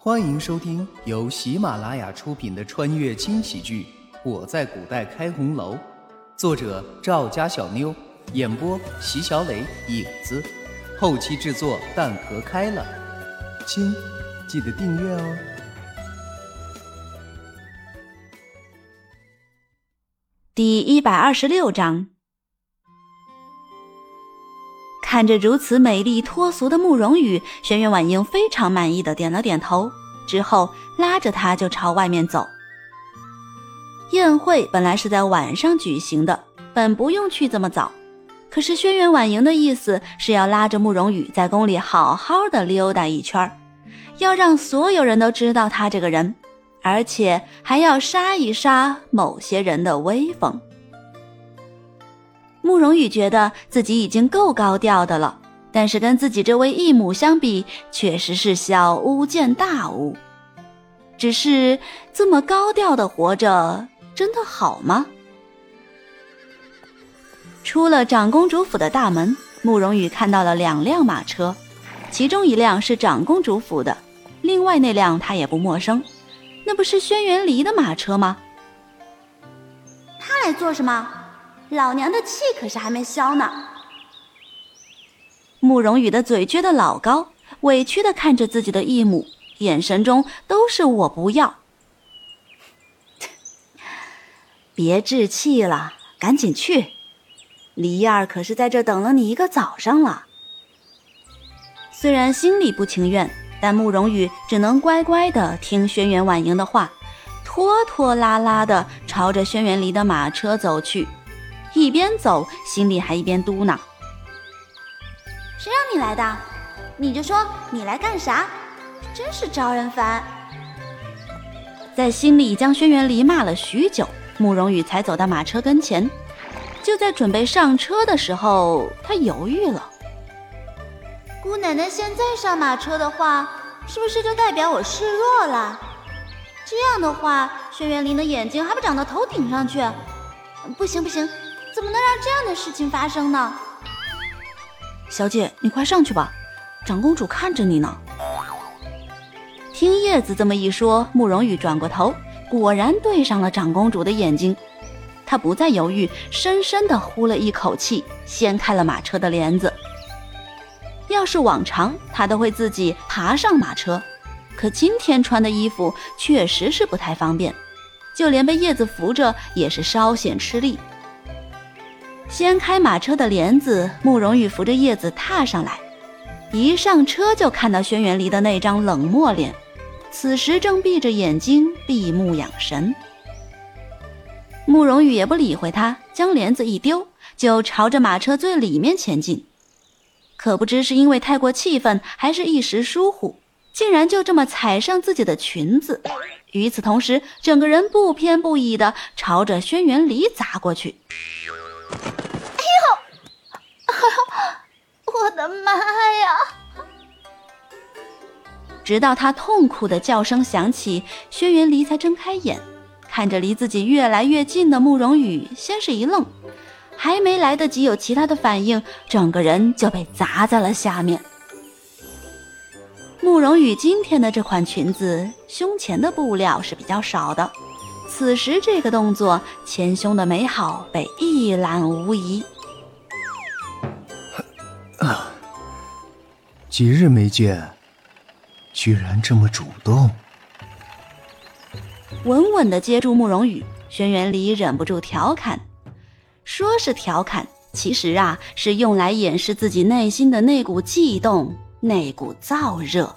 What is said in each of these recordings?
欢迎收听由喜马拉雅出品的穿越轻喜剧《我在古代开红楼》，作者赵家小妞，演播席小磊、影子，后期制作蛋壳开了。亲，记得订阅哦。 第126章。看着如此美丽脱俗的慕容羽，轩辕婉英非常满意的点了点头，之后拉着他就朝外面走。宴会本来是在晚上举行的，本不用去这么早，可是轩辕婉英的意思是要拉着慕容羽在宫里好好的溜达一圈，要让所有人都知道他这个人，而且还要杀一杀某些人的威风。慕容羽觉得自己已经够高调的了，但是跟自己这位义母相比，确实是小巫见大巫。只是这么高调的活着，真的好吗？出了长公主府的大门，慕容羽看到了2辆马车，其中一辆是长公主府的，另外那辆他也不陌生，那不是轩辕离的马车吗？ 他来做什么？老娘的气可是还没消呢。 慕容羽的嘴撅得老高，委屈地看着自己的义母，眼神中都是我不要。别置气了，赶紧去，黎儿可是在这等了你一个早上了。虽然心里不情愿，但慕容羽只能乖乖地听轩辕婉英的话，拖拖拉拉地朝着轩辕离的马车走去，一边走心里还一边嘟囔： 谁让你来的？你就说你来干啥，真是招人烦。 在心里将轩辕离骂了许久，慕容羽才走到马车跟前。就在准备上车的时候，他犹豫了。 姑奶奶现在上马车的话，是不是就代表我示弱了？这样的话，轩辕离的眼睛还不长到头顶上去？不行不行，怎么能让这样的事情发生呢？ 小姐，你快上去吧，长公主看着你呢。听叶子这么一说，慕容羽转过头，果然对上了长公主的眼睛。他不再犹豫，深深地呼了一口气，掀开了马车的帘子。要是往常，他都会自己爬上马车，可今天穿的衣服确实是不太方便，就连被叶子扶着也是稍显吃力。掀开马车的帘子，慕容羽扶着叶子踏上来，一上车就看到轩辕离的那张冷漠脸，此时正闭着眼睛闭目养神。慕容羽也不理会他，将帘子一丢，就朝着马车最里面前进。可不知是因为太过气愤，还是一时疏忽，竟然就这么踩上自己的裙子，与此同时，整个人不偏不倚地朝着轩辕离砸过去。 我的妈呀！ 直到他痛苦的叫声响起，轩辕离才睁开眼，看着离自己越来越近的慕容羽，先是一愣，还没来得及有其他的反应，整个人就被砸在了下面。慕容羽今天的这款裙子，胸前的布料是比较少的，此时这个动作，前胸的美好被一览无遗。 几日没见，居然这么主动。 稳稳地接住慕容羽，轩辕离忍不住调侃，说是调侃，其实啊是用来掩饰自己内心的那股悸动，那股燥热。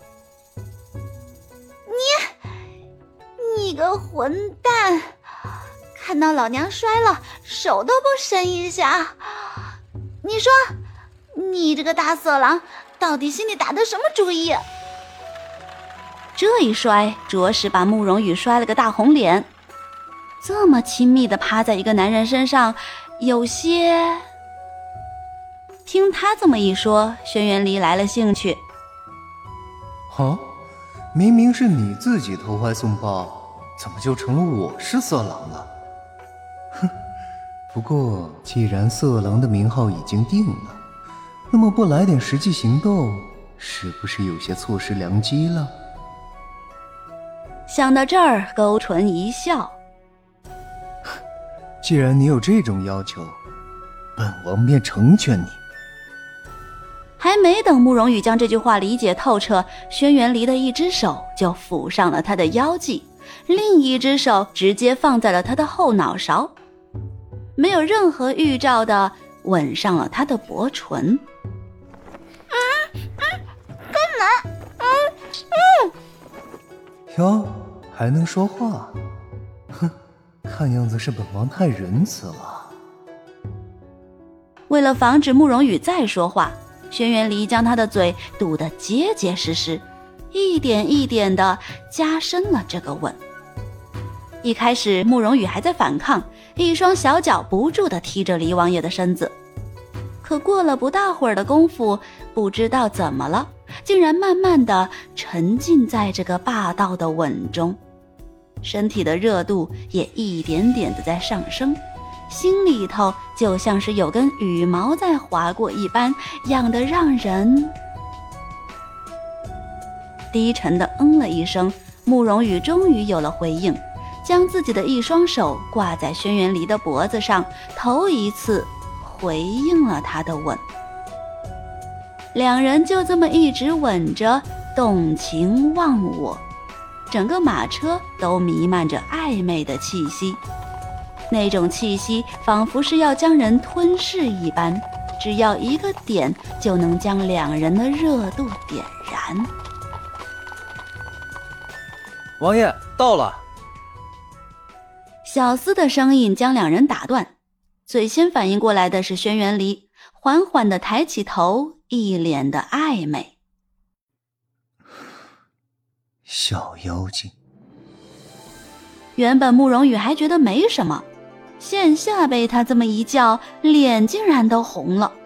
你个混蛋，看到老娘摔了，手都不伸一下。你说你这个大色狼到底心里打的什么主意？ 这一摔着实把慕容羽摔了个大红脸，这么亲密地趴在一个男人身上，有些……听他这么一说，轩辕离来了兴趣。 明明是你自己投怀送抱，怎么就成了我是色狼了？哼，不过既然色狼的名号已经定了，那么不来点实际行动，是不是有些错失良机了？ 想到这儿，勾唇一笑。 既然你有这种要求，本王便成全你。 还没等慕容羽将这句话理解透彻，轩辕离的一只手就抚上了他的腰际，另一只手直接放在了他的后脑勺，没有任何预兆的吻上了他的薄唇。 干嘛？ 哟，还能说话？哼，看样子是本王太仁慈了。 为了防止慕容羽再说话，轩辕离将他的嘴堵得结结实实，一点一点地加深了这个吻。一开始慕容羽还在反抗，一双小脚不住地踢着离王爷的身子，可过了不大会儿的功夫，不知道怎么了，竟然慢慢地沉浸在这个霸道的吻中，身体的热度也一点点地在上升，心里头就像是有根羽毛在划过一般，痒得让人……低沉地了一声，慕容羽终于有了回应，将自己的一双手挂在轩辕离的脖子上，头一次回应了他的吻。两人就这么一直吻着，动情忘我，整个马车都弥漫着暧昧的气息，那种气息仿佛是要将人吞噬一般，只要一个点就能将两人的热度点燃。 王爷到了。 小厮的声音将两人打断，最先反应过来的是轩辕离，缓缓地抬起头，一脸的暧昧。 小妖精。 原本慕容羽还觉得没什么，现下被他这么一叫，脸竟然都红了。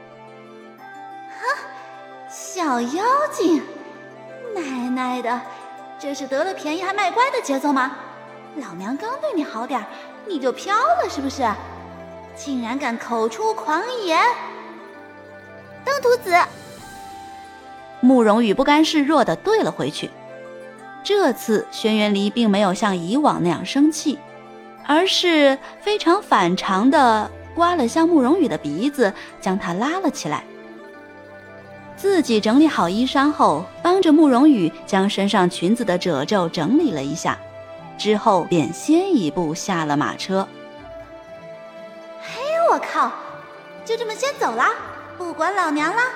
小妖精，奶奶的，这是得了便宜还卖乖的节奏吗？老娘刚对你好点，你就飘了是不是？竟然敢口出狂言！登徒子！ 慕容羽不甘示弱地对了回去。这次轩辕离并没有像以往那样生气，而是非常反常地刮了下慕容羽的鼻子，将他拉了起来。自己整理好衣衫后，帮着慕容羽将身上裙子的褶皱整理了一下，之后便先一步下了马车。 嘿，我靠，就这么先走啦，不管老娘啦！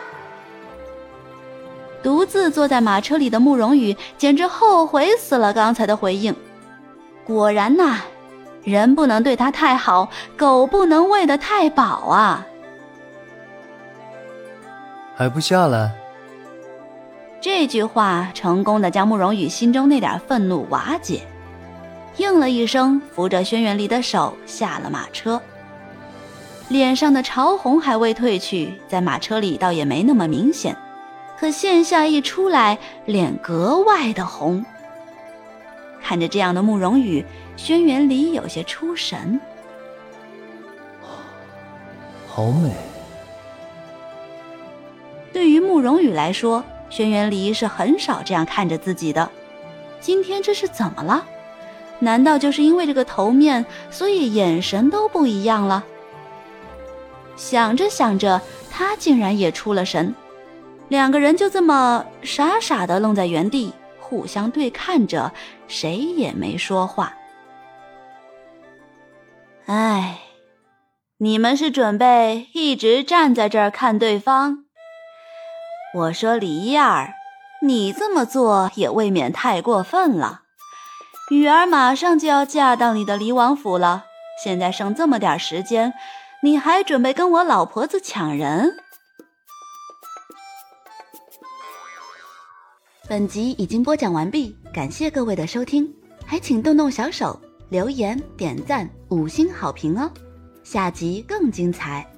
独自坐在马车里的慕容羽简直后悔死了刚才的回应。果然呐，人不能对他太好，狗不能喂得太饱啊！ 还不下来？ 这句话成功地将慕容羽心中那点愤怒瓦解，应了一声，扶着轩辕离的手下了马车。脸上的潮红还未褪去，在马车里倒也没那么明显，可线下一出来，脸格外的红。看着这样的慕容羽，轩辕离有些出神。 好美。 对于慕容羽来说，轩辕离是很少这样看着自己的。今天这是怎么了？难道就是因为这个头面，所以眼神都不一样了？想着想着，他竟然也出了神。两个人就这么傻傻地愣在原地，互相对看着，谁也没说话。哎，你们是准备一直站在这儿看对方？我说梨燕儿，你这么做也未免太过分了。雨儿马上就要嫁到你的离王府了，现在剩这么点时间，你还准备跟我老婆子抢人？本集已经播讲完毕，感谢各位的收听，还请动动小手留言、点赞、5星好评哦，下集更精彩。